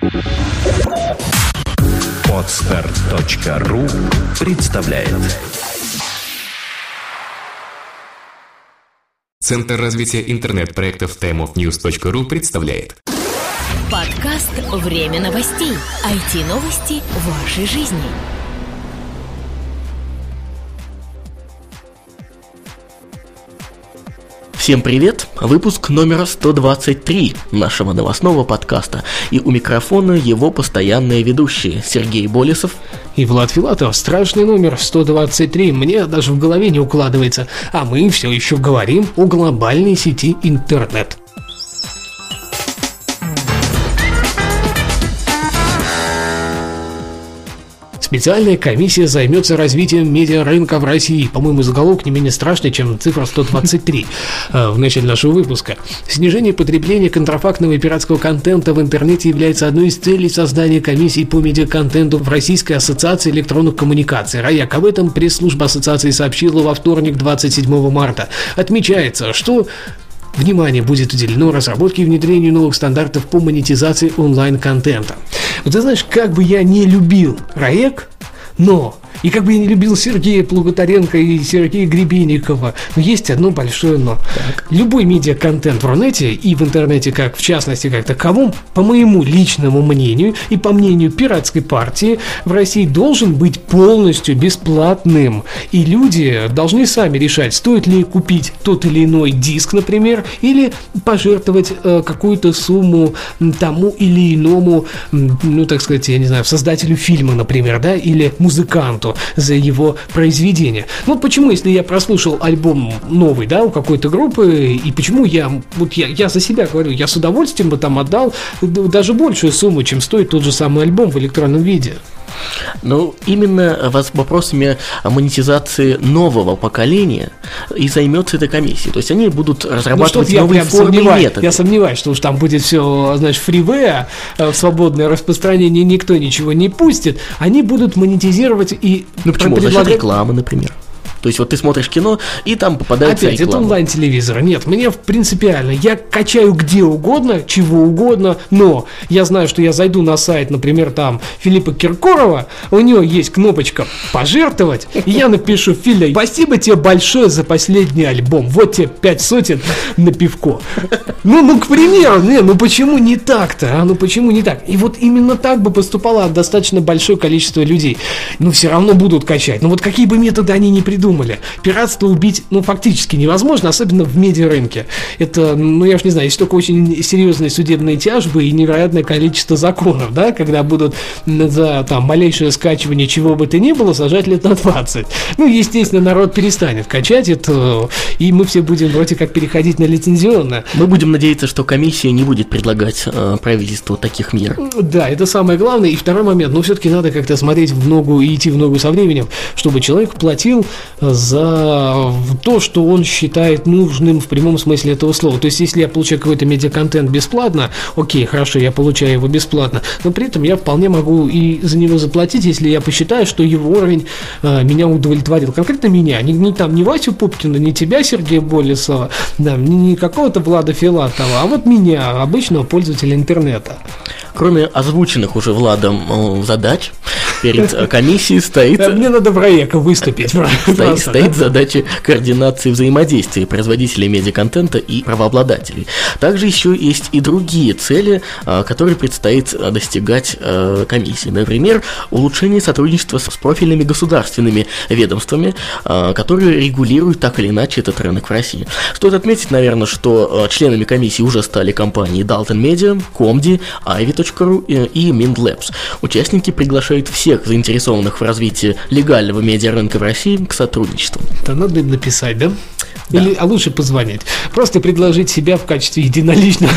Podster.ru представляет. Центр развития интернет-проектов timeofnews.ru представляет. Подкаст «Время новостей». IT-новости вашей жизни. Всем привет! Выпуск номер 123 нашего новостного подкаста. И у микрофона его постоянные ведущие Сергей Болесов и Влад Филатов. Страшный номер 123, мне даже в голове не укладывается. А мы все еще говорим о глобальной сети интернет. Специальная комиссия займется развитием медиарынка в России. По-моему, заголовок не менее страшный, чем цифра 123 в начале нашего выпуска. Снижение потребления контрафактного и пиратского контента в интернете является одной из целей создания комиссии по медиаконтенту в Российской ассоциации электронных коммуникаций. РАЯК. Об этом пресс-служба ассоциации сообщила во вторник, 27 марта. Отмечается, что внимание будет уделено разработке и внедрению новых стандартов по монетизации онлайн-контента. Вот ты знаешь, как бы я не любил РАЭК, но и как бы я не любил Сергея Плуготаренко и Сергея Гребенникова, но есть одно большое но. Так. Любой медиаконтент в Рунете и в интернете, как в частности, как таковом, по моему личному мнению и по мнению пиратской партии, в России должен быть полностью бесплатным. И люди должны сами решать, стоит ли купить тот или иной диск, например, или пожертвовать какую-то сумму тому или иному, ну, так сказать, я не знаю, создателю фильма, например, да, или музыканту за его произведение. Ну, почему, если я прослушал альбом новый, да, у какой-то группы, и почему я за себя говорю, я с удовольствием бы там отдал даже большую сумму, чем стоит тот же самый альбом в электронном виде. Ну, именно вопросами монетизации нового поколения и займется эта комиссия. То есть они будут разрабатывать новые формы и методы. Я сомневаюсь, что уж там будет все, знаешь, фривея, в свободное распространение никто ничего не пустит. Они будут монетизировать и... Ну почему? За счет рекламы, например. То есть вот ты смотришь кино, и там попадается опять, реклама. Это онлайн-телевизор. Нет, мне принципиально. Я качаю где угодно, чего угодно, но я знаю, что я зайду на сайт, например, там, Филиппа Киркорова, у него есть кнопочка «Пожертвовать», и я напишу: Филя, спасибо тебе большое за последний альбом, вот тебе 500 на пивко. Ну, к примеру, ну почему не так-то, ну почему не так? И вот именно так бы поступало достаточно большое количество людей. Ну, все равно будут качать. Ну, вот какие бы методы они ни придумали. Пиратство убить, ну, фактически невозможно, особенно в медиарынке. Это, ну, я уж не знаю, есть только очень серьезные судебные тяжбы и невероятное количество законов, да, когда будут за там малейшее скачивание чего бы то ни было сажать лет на 20. Ну, естественно, народ перестанет качать это, и мы все будем вроде как переходить на лицензионное. Мы будем надеяться, что комиссия не будет предлагать правительству таких мер. Да, это самое главное. И второй момент, ну, все-таки надо как-то смотреть в ногу и идти в ногу со временем, чтобы человек платил за то, что он считает нужным в прямом смысле этого слова. То есть, если я получаю какой-то медиаконтент бесплатно, окей, хорошо, я получаю его бесплатно, но при этом я вполне могу и за него заплатить, если я посчитаю, что его уровень меня удовлетворил. Конкретно меня, не Васю Пупкина, не тебя, Сергея Болесова, да, не какого-то Влада Филатова, а вот меня, обычного пользователя интернета. Кроме озвученных уже Владом задач, перед комиссией стоит... Мне надо в РАЭК выступить. Стоит задача координации взаимодействия производителей медиаконтента и правообладателей. Также еще есть и другие цели, которые предстоит достигать комиссии. Например, улучшение сотрудничества с профильными государственными ведомствами, которые регулируют так или иначе этот рынок в России. Стоит отметить, наверное, что членами комиссии уже стали компании Dalton Media, Comdi, Ivy.ru и Mindlabs. Участники приглашают всех заинтересованных в развитии легального медиарынка в России к сотрудничеству. Да, надо им написать, да? Да. А лучше позвонить. Просто предложить себя в качестве единоличного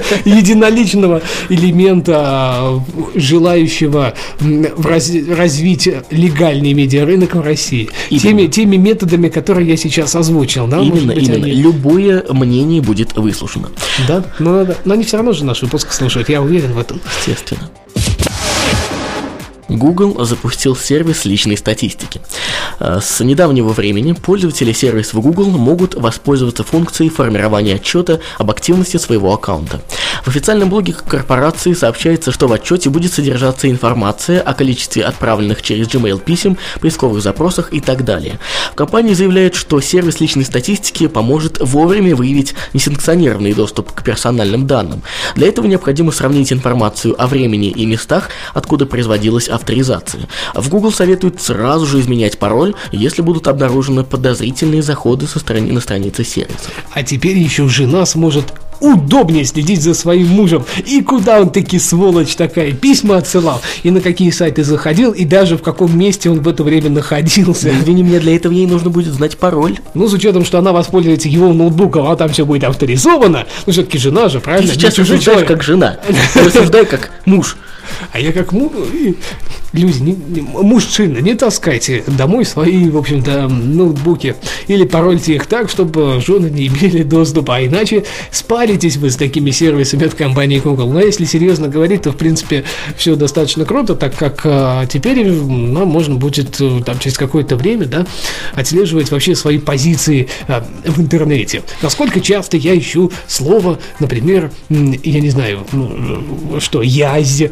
элемента, желающего развить легальный медиарынок в России. Теми методами, которые я сейчас озвучил. Да? Именно. Любое мнение будет выслушано. Да, но они все равно же наш выпуск слушают, я уверен в этом. Естественно. Google запустил сервис личной статистики. С недавнего времени пользователи сервиса Google могут воспользоваться функцией формирования отчета об активности своего аккаунта. В официальном блоге корпорации сообщается, что в отчете будет содержаться информация о количестве отправленных через Gmail писем, поисковых запросах и так далее. В компании заявляют, что сервис личной статистики поможет вовремя выявить несанкционированный доступ к персональным данным. Для этого необходимо сравнить информацию о времени и местах, откуда производилась авторизация. В Google советуют сразу же изменять пароль, если будут обнаружены подозрительные заходы на странице сервиса. А теперь еще жена сможет удобнее следить за своим мужем. И куда он таки, сволочь такая, письма отсылал, и на какие сайты заходил, и даже в каком месте он в это время находился. Да, извини, мне для этого ей нужно будет знать пароль. Ну, с учетом, что она воспользуется его ноутбуком, а там все будет авторизовано. Ну, все-таки жена же, правильно? Ты сейчас рассуждаешь как жена. Рассуждай как муж. А я как люди, мужчины, не таскайте домой свои, в общем-то, ноутбуки. Или парольте их так, чтобы жены не имели доступа. А иначе спаритесь вы с такими сервисами от компании Google. Но если серьезно говорить, то, в принципе, все достаточно круто, так как теперь нам можно будет там через какое-то время, да, отслеживать вообще свои позиции в интернете. Насколько часто я ищу слово, например, я не знаю, язь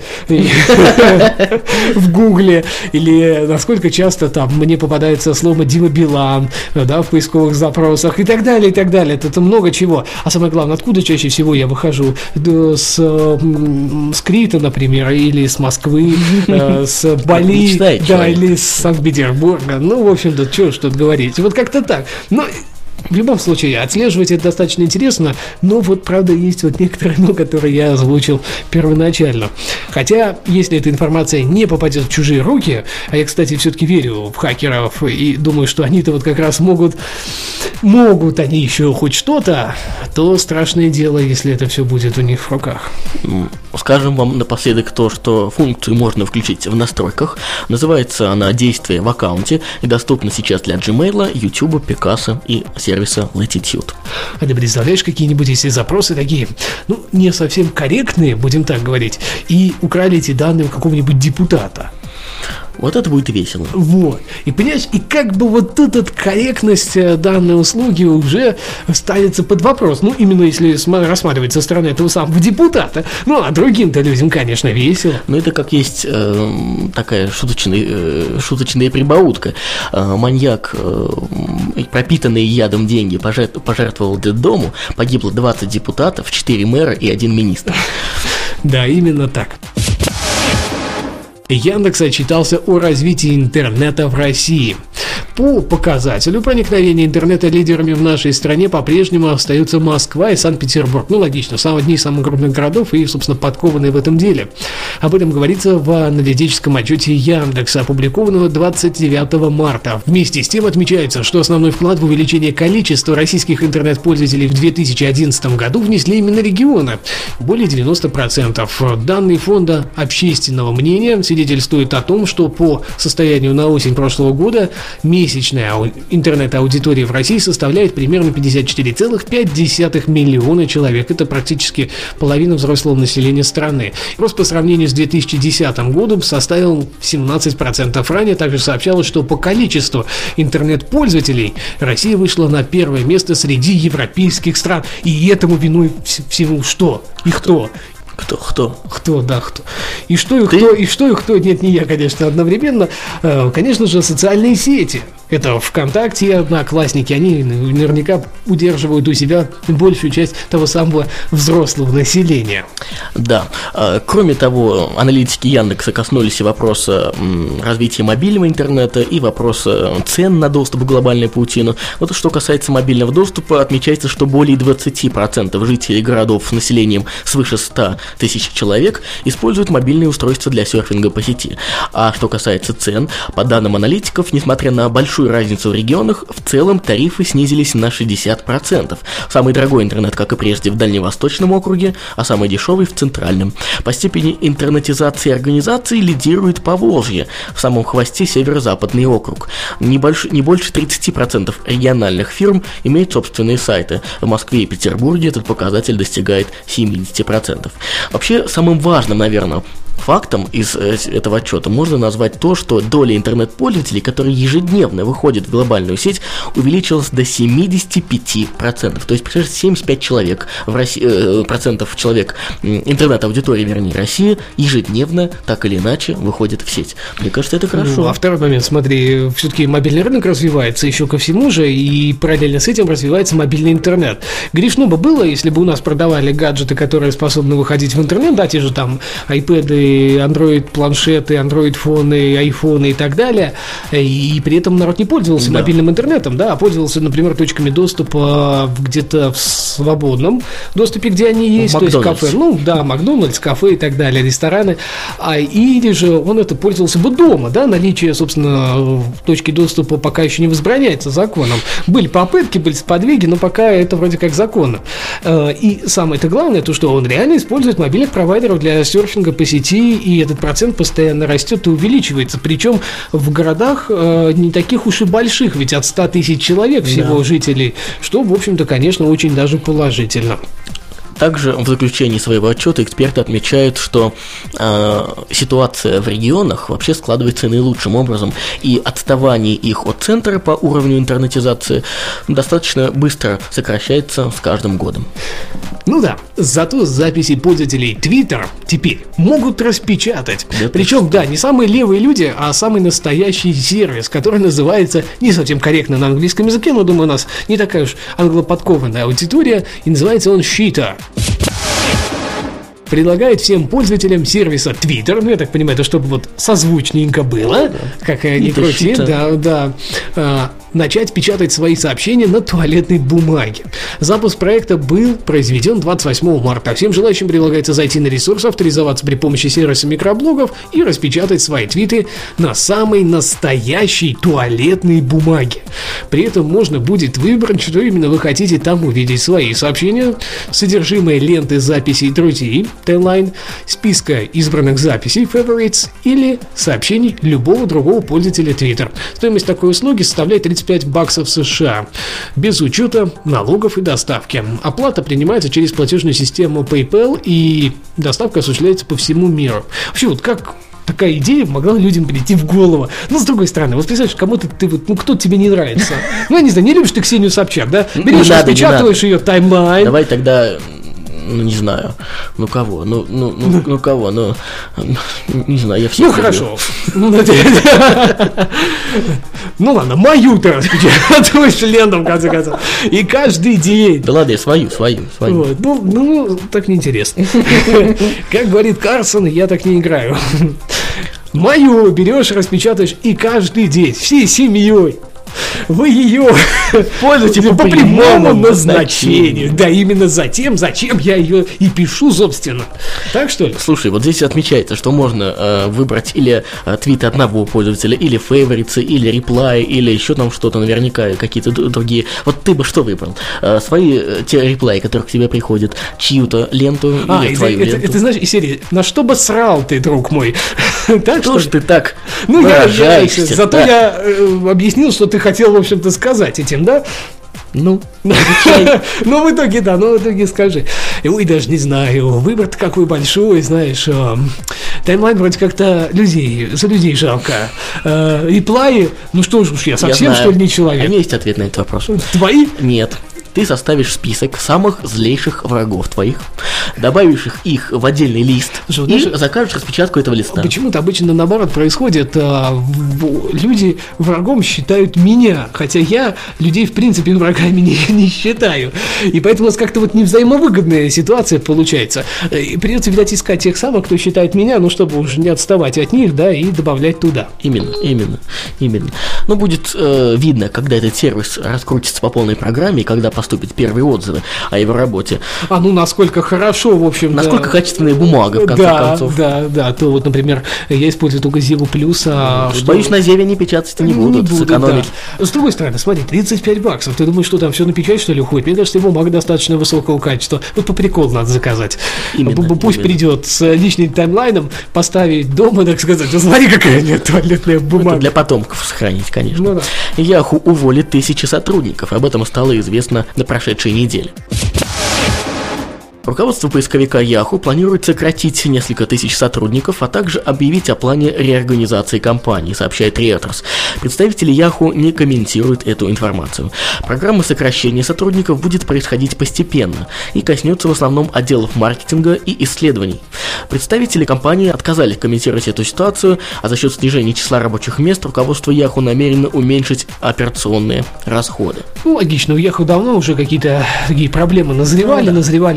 в Гугле, или насколько часто там мне попадается слово Дима Билан, да, в поисковых запросах и так далее, и так далее. Это много чего. А самое главное, откуда чаще всего я выхожу? С Крита, например, или с Москвы, с Бали, да, или с Санкт-Петербурга. Ну, в общем-то, что тут говорить. Вот как-то так. Но в любом случае, отслеживать это достаточно интересно, но вот, правда, есть вот некоторые «но», которые я озвучил первоначально. Хотя, если эта информация не попадет в чужие руки, а я, кстати, все-таки верю в хакеров и думаю, что они-то вот как раз могут они еще хоть что-то, то страшное дело, если это все будет у них в руках. Скажем вам напоследок то, что функцию можно включить в настройках. Называется она «Действие в аккаунте» и доступна сейчас для Gmail, YouTube, Picasa и сервиса Latitude. А ты представляешь, какие-нибудь если запросы такие, не совсем корректные, будем так говорить, и украли эти данные у какого-нибудь депутата? Вот это будет весело. Вот. И понимаешь, и как бы вот тут вот корректность данной услуги уже ставится под вопрос. Именно если рассматривать со стороны этого самого депутата. А другим-то людям, конечно, весело. Это как есть такая шуточная прибаутка. Маньяк, пропитанный ядом деньги, пожертвовал детдому, погибло 20 депутатов, 4 мэра и 1 министр. Да, именно так. Яндекс отчитался о развитии интернета в России. По показателю проникновения интернета лидерами в нашей стране по-прежнему остаются Москва и Санкт-Петербург. Логично, одни из самых крупных городов и, собственно, подкованные в этом деле. Об этом говорится в аналитическом отчете Яндекса, опубликованного 29 марта. Вместе с тем отмечается, что основной вклад в увеличение количества российских интернет-пользователей в 2011 году внесли именно регионы. Более 90%. Данные фонда общественного мнения свидетельствуют о том, что по состоянию на осень прошлого года месячная интернет-аудитория в России составляет примерно 54,5 миллиона человек. Это практически половина взрослого населения страны. Рост по сравнению с 2010 годом составил 17%. Ранее также сообщалось, что по количеству интернет-пользователей Россия вышла на первое место среди европейских стран. И этому виной всему что? И кто? Кто? И кто? Нет, не я, конечно, одновременно. Конечно же, социальные сети. Это ВКонтакте и Одноклассники. Они наверняка удерживают у себя большую часть того самого взрослого населения. Да. Кроме того, аналитики Яндекса коснулись и вопроса развития мобильного интернета, и вопроса цен на доступ к глобальной паутину. Вот что касается мобильного доступа, отмечается, что более 20% жителей городов с населением свыше 100 тысяч человек используют мобильные устройства для серфинга по сети. А что касается цен, по данным аналитиков, несмотря на большую разницу в регионах, в целом тарифы снизились на 60%. Самый дорогой интернет, как и прежде, в Дальневосточном округе, а самый дешевый в Центральном. По степени интернетизации организации лидирует Поволжье, в самом хвосте Северо-Западный округ. Не больше 30% региональных фирм имеют собственные сайты. В Москве и Петербурге этот показатель достигает 70%. Вообще, самым важным, наверное, фактом из этого отчета можно назвать то, что доля интернет-пользователей, которые ежедневно выходят в глобальную сеть, увеличилась до 75%. То есть, представляешь, 75 человек в России, процентов человек интернет-аудитории, вернее, России, ежедневно, так или иначе, выходит в сеть. Мне кажется, это хорошо. А второй момент, смотри, все-таки мобильный рынок развивается еще ко всему же, и параллельно с этим развивается мобильный интернет. Грешно бы было, если бы у нас продавали гаджеты, которые способны выходить в интернет, да, те же там iPad, Android-планшеты, Android-фоны, айфоны и так далее, и при этом народ не пользовался мобильным интернетом, да, а пользовался, например, точками доступа где-то в свободном доступе, где они есть, то есть кафе, Макдональдс, кафе и так далее, рестораны, или же он это пользовался бы дома, да, наличие, собственно, точки доступа пока еще не возбраняется законом. Были попытки, были сподвиги, но пока это вроде как законно. И самое-то главное, то, что он реально использует мобильных провайдеров для серфинга по сети, и этот процент постоянно растет и увеличивается. Причем в городах не таких уж и больших, ведь от 100 тысяч человек всего жителей, что, в общем-то, конечно, очень даже положительно. Также в заключении своего отчета эксперты отмечают, что ситуация в регионах вообще складывается наилучшим образом, и отставание их от центра по уровню интернетизации достаточно быстро сокращается с каждым годом. Ну да, зато записи пользователей Twitter теперь могут распечатать. Причем, не самые левые люди, а самый настоящий сервис, который называется, не совсем корректно на английском языке, но, думаю, у нас не такая уж англоподкованная аудитория, и называется он Cheetah. Предлагает всем пользователям сервиса Twitter, я так понимаю, это чтобы вот созвучненько было, как ни крути, начать печатать свои сообщения на туалетной бумаге. Запуск проекта был произведен 28 марта. Всем желающим предлагается зайти на ресурс, авторизоваться при помощи сервиса микроблогов и распечатать свои твиты на самой настоящей туалетной бумаге. При этом можно будет выбрать, что именно вы хотите там увидеть: свои сообщения, содержимое ленты записей друзей, таймлайн, списка избранных записей, favorites, или сообщений любого другого пользователя Twitter. Стоимость такой услуги составляет $35 США, без учета налогов и доставки. Оплата принимается через платежную систему PayPal, и доставка осуществляется по всему миру. Вообще, вот как такая идея могла людям прийти в голову? Но с другой стороны, вот представляешь, кому-то ты кто тебе не нравится. Я не знаю, не любишь ты Ксению Собчак, да? Берешь, распечатываешь ее таймлайн. Давай тогда... не знаю, кого, кого, не знаю, я все. Хорошо. Ладно, мою ты распечатываешь ленту, в конце концов. И каждый день. Да ладно, свою. Вот. Так неинтересно. Как говорит Карсон, я так не играю. Мою берешь, распечатаешь, и каждый день, всей семьей вы ее пользуете по прямому назначению. Да, именно за тем, зачем я ее и пишу, собственно. Так что ли? Слушай, вот здесь отмечается, что можно выбрать или твиты одного пользователя, или фейвориты, или реплай, или еще там что-то, наверняка какие-то другие. Вот ты бы что выбрал? Свои те реплаи, которые к тебе приходят, чью-то ленту или твою ленту? Это знаешь, из серии «На что бы срал ты, друг мой?» Так что ж ты так выражаешься? Зато я объяснил, что ты хотел, в общем-то, сказать этим, да? Ну, в итоге скажи. Ой, даже не знаю, выбор-то какой большой, знаешь. Таймлайн вроде как-то за людей жалко. Реплаи, что ж уж я совсем, что ли, не человек? У меня есть ответ на этот вопрос. Твои? Нет. Ты составишь список самых злейших врагов твоих, добавишь их в отдельный лист и закажешь распечатку этого листа. Почему-то обычно наоборот происходит. Люди врагом считают меня, хотя я людей в принципе врагами не считаю. И поэтому у нас как-то вот невзаимовыгодная ситуация получается. И придется, видать, искать тех самых, кто считает меня, чтобы уже не отставать от них, да, и добавлять туда. Именно. Но будет видно, когда этот сервис раскрутится по полной программе, и когда поступят первые отзывы о его работе. Насколько хорошо, в общем. Насколько качественная бумага, в конце концов. Да. То вот, например, я использую только Zero Plus. Боюсь, на Зеве они печатать не будут, сэкономить. Да. С другой стороны, смотри, $35. Ты думаешь, что там все на печать, что ли, уходит? Мне кажется, бумага достаточно высокого качества. Вот по приколу надо заказать. Пусть придет с личным таймлайном, поставить дома, так сказать. Смотри, какая у меня туалетная бумага. Это для потомков сохранить, конечно. Yahoo уволит 1000 сотрудников. Об этом стало известно на прошедшей неделе. Руководство поисковика Yahoo планирует сократить несколько тысяч сотрудников, а также объявить о плане реорганизации компании, сообщает Reuters. Представители Yahoo не комментируют эту информацию. Программа сокращения сотрудников будет происходить постепенно и коснется в основном отделов маркетинга и исследований. Представители компании отказались комментировать эту ситуацию, а за счет снижения числа рабочих мест руководство Yahoo намерено уменьшить операционные расходы. Ну, логично, у Yahoo давно уже какие-то такие проблемы назревали,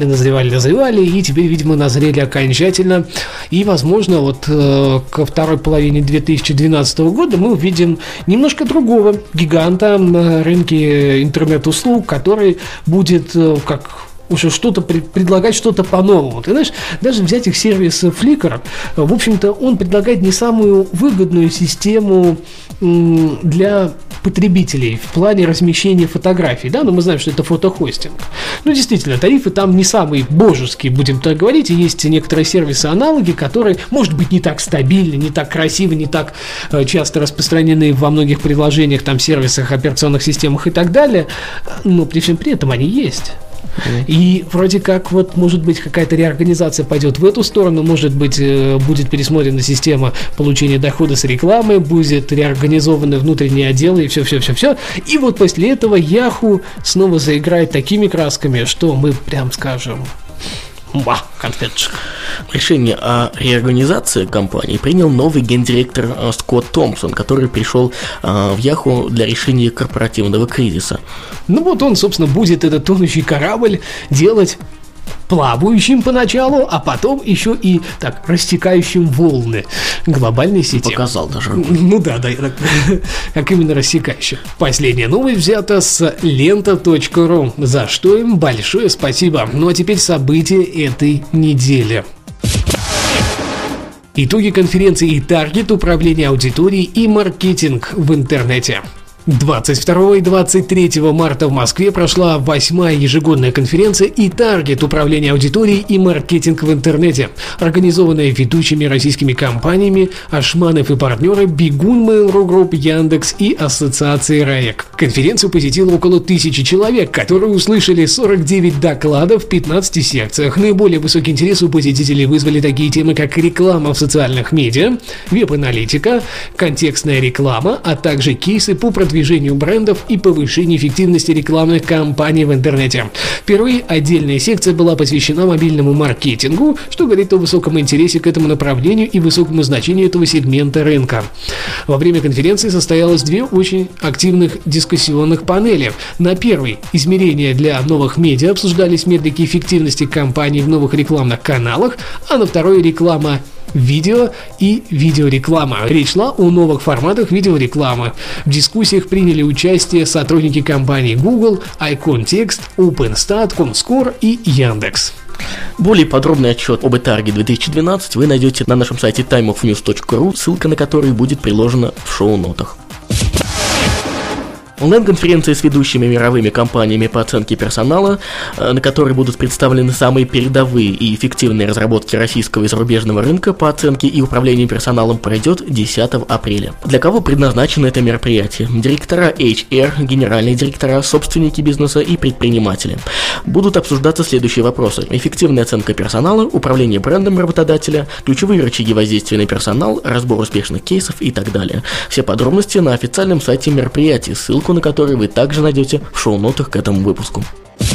и теперь, видимо, назрели окончательно. И, возможно, вот ко второй половине 2012 года мы увидим немножко другого гиганта на рынке интернет-услуг, который будет уже что-то предлагать, что-то по-новому. Ты знаешь, даже взять их сервис Flickr, в общем-то, он предлагает не самую выгодную систему для потребителей в плане размещения фотографий, да, но мы знаем, что это фотохостинг. Ну, действительно, тарифы там не самые божеские, будем так говорить, и есть некоторые сервисы-аналоги, которые, может быть, не так стабильны, не так красивы, не так часто распространены во многих приложениях, там, сервисах, операционных системах и так далее, но при всем при этом они есть. И вроде как вот, может быть, какая-то реорганизация пойдет в эту сторону, может быть, будет пересмотрена система получения дохода с рекламы, будет реорганизованы внутренние отделы и все. И вот после этого Yahoo снова заиграет такими красками, что мы прям скажем... конфетчик. Решение о реорганизации компании принял новый гендиректор Скотт Томпсон, который пришел в Yahoo для решения корпоративного кризиса. Ну вот он, собственно, будет этот тонущий корабль делать плавающим поначалу, а потом еще и так растекающим волны глобальной сети. Показал даже. Ну да, как именно рассекающим. Последняя новость взята с лента.ру, за что им большое спасибо. Ну а теперь события этой недели. Итоги конференции eTarget, управление аудиторией и маркетинг в интернете. 22 и 23 марта в Москве прошла 8-я ежегодная конференция eTarget, управление аудиторией и маркетинг в интернете, организованная ведущими российскими компаниями Ашманов и партнеры Бигун, Mail.ru Group, Яндекс и Ассоциации РАЭК. Конференцию посетило около 1000 человек, которые услышали 49 докладов в 15 секциях. Наиболее высокий интерес у посетителей вызвали такие темы, как реклама в социальных медиа, веб-аналитика, контекстная реклама, а также кейсы по продвижению брендов и повышению эффективности рекламных кампаний в интернете. Впервые отдельная секция была посвящена мобильному маркетингу, что говорит о высоком интересе к этому направлению и высокому значению этого сегмента рынка. Во время конференции состоялось 2 очень активных дискуссионных панели. На первой измерения для новых медиа обсуждались метрики эффективности кампаний в новых рекламных каналах, а на второй реклама видео и видеореклама. Речь шла о новых форматах видеорекламы. В дискуссиях приняли участие сотрудники компаний Google, iContext, OpenStat, Comscore и Яндекс. Более подробный отчет об eTarget 2012 вы найдете на нашем сайте timeofnews.ru, ссылка на который будет приложена в шоу-нотах. Онлайн-конференция с ведущими мировыми компаниями по оценке персонала, на которой будут представлены самые передовые и эффективные разработки российского и зарубежного рынка по оценке и управлению персоналом, пройдет 10 апреля. Для кого предназначено это мероприятие? Директора HR, генеральные директора, собственники бизнеса и предприниматели. Будут обсуждаться следующие вопросы: эффективная оценка персонала, управление брендом работодателя, ключевые рычаги воздействия на персонал, разбор успешных кейсов и так далее. Все подробности на официальном сайте мероприятия, ссылку на который вы также найдете в шоу-нотах к этому выпуску.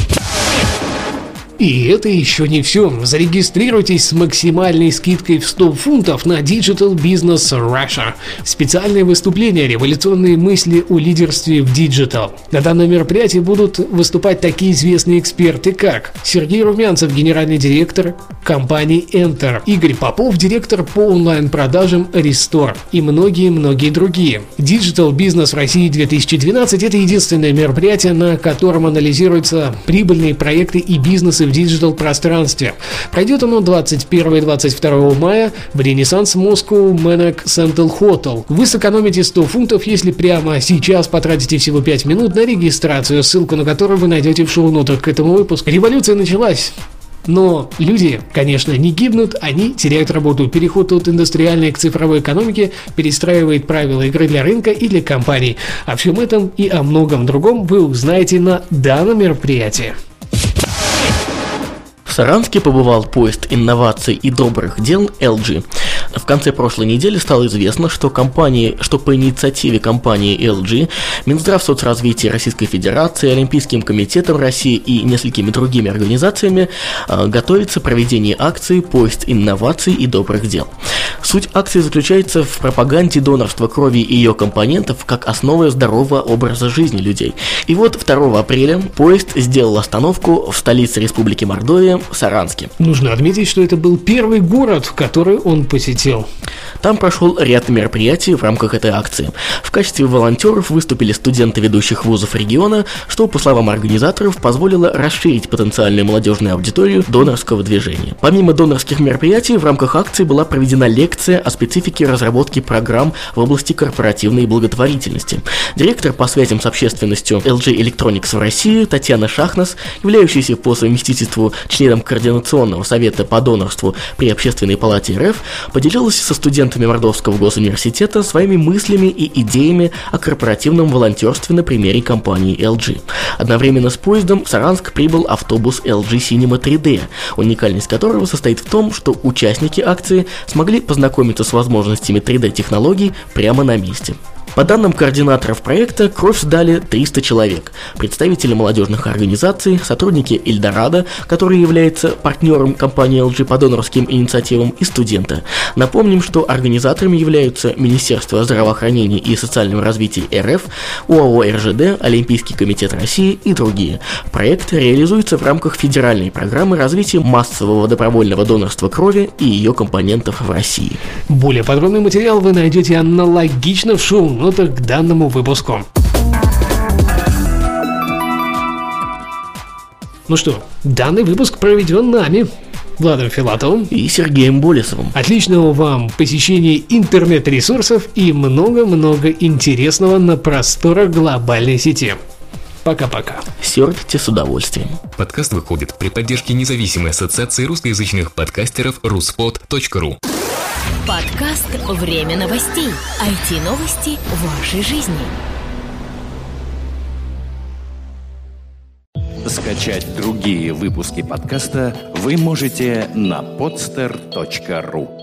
И это еще не все. Зарегистрируйтесь с максимальной скидкой в 100 фунтов на Digital Business Russia. Специальное выступление, революционные мысли о лидерстве в Digital. На данном мероприятии будут выступать такие известные эксперты, как Сергей Румянцев, генеральный директор компании Enter, Игорь Попов, директор по онлайн-продажам Restore и многие-многие другие. Digital Business России 2012 – это единственное мероприятие, на котором анализируются прибыльные проекты и бизнесы в диджитал-пространстве. Пройдет оно 21 и 22 мая в Renaissance Moscow Manok Central Hotel. Вы сэкономите 100 фунтов, если прямо сейчас потратите всего 5 минут на регистрацию, ссылку на которую вы найдете в шоу-нотах к этому выпуску. Революция началась. Но люди, конечно, не гибнут, они теряют работу. Переход от индустриальной к цифровой экономике перестраивает правила игры для рынка и для компаний. О всем этом и о многом другом вы узнаете на данном мероприятии. В Саранске побывал поезд инноваций и добрых дел LG. В конце прошлой недели стало известно, что по инициативе компании LG Минздрав соцразвития Российской Федерации, Олимпийским комитетом России и несколькими другими организациями готовится проведение акции «Поезд инноваций и добрых дел». Суть акции заключается в пропаганде донорства крови и ее компонентов как основы здорового образа жизни людей. И вот 2 апреля поезд сделал остановку в столице Республики Мордовия, Саранске. Нужно отметить, что это был первый город, который он посетил. Там прошел ряд мероприятий в рамках этой акции. В качестве волонтеров выступили студенты ведущих вузов региона, что, по словам организаторов, позволило расширить потенциальную молодежную аудиторию донорского движения. Помимо донорских мероприятий, в рамках акции была проведена лекция о специфике разработки программ в области корпоративной благотворительности. Директор по связям с общественностью LG Electronics в России Татьяна Шахнас, являющаяся по совместительству членом Координационного совета по донорству при Общественной палате РФ, поделилась со студентами Мордовского госуниверситета своими мыслями и идеями о корпоративном волонтерстве на примере компании LG. Одновременно с поездом в Саранск прибыл автобус LG Cinema 3D, уникальность которого состоит в том, что участники акции смогли познакомиться с возможностями 3D-технологий прямо на месте. По данным координаторов проекта, кровь сдали 300 человек, представители молодежных организаций, сотрудники Эльдорадо, который является партнером компании LG по донорским инициативам, и студенты. Напомним, что организаторами являются Министерство здравоохранения и социального развития РФ, ОАО РЖД, Олимпийский комитет России и другие. Проект реализуется в рамках федеральной программы развития массового добровольного донорства крови и ее компонентов в России. Более подробный материал вы найдете аналогично в шоу-нотах к данному выпуску. Ну что, данный выпуск проведен нами, Владом Филатовым и Сергеем Болесовым. Отличного вам посещения интернет-ресурсов и много-много интересного на просторах глобальной сети. Пока-пока. Серфите с удовольствием. Подкаст выходит при поддержке независимой ассоциации русскоязычных подкастеров ruspod.ru. Подкаст «Время новостей». IT-новости вашей жизни. Скачать другие выпуски подкаста вы можете на podster.ru.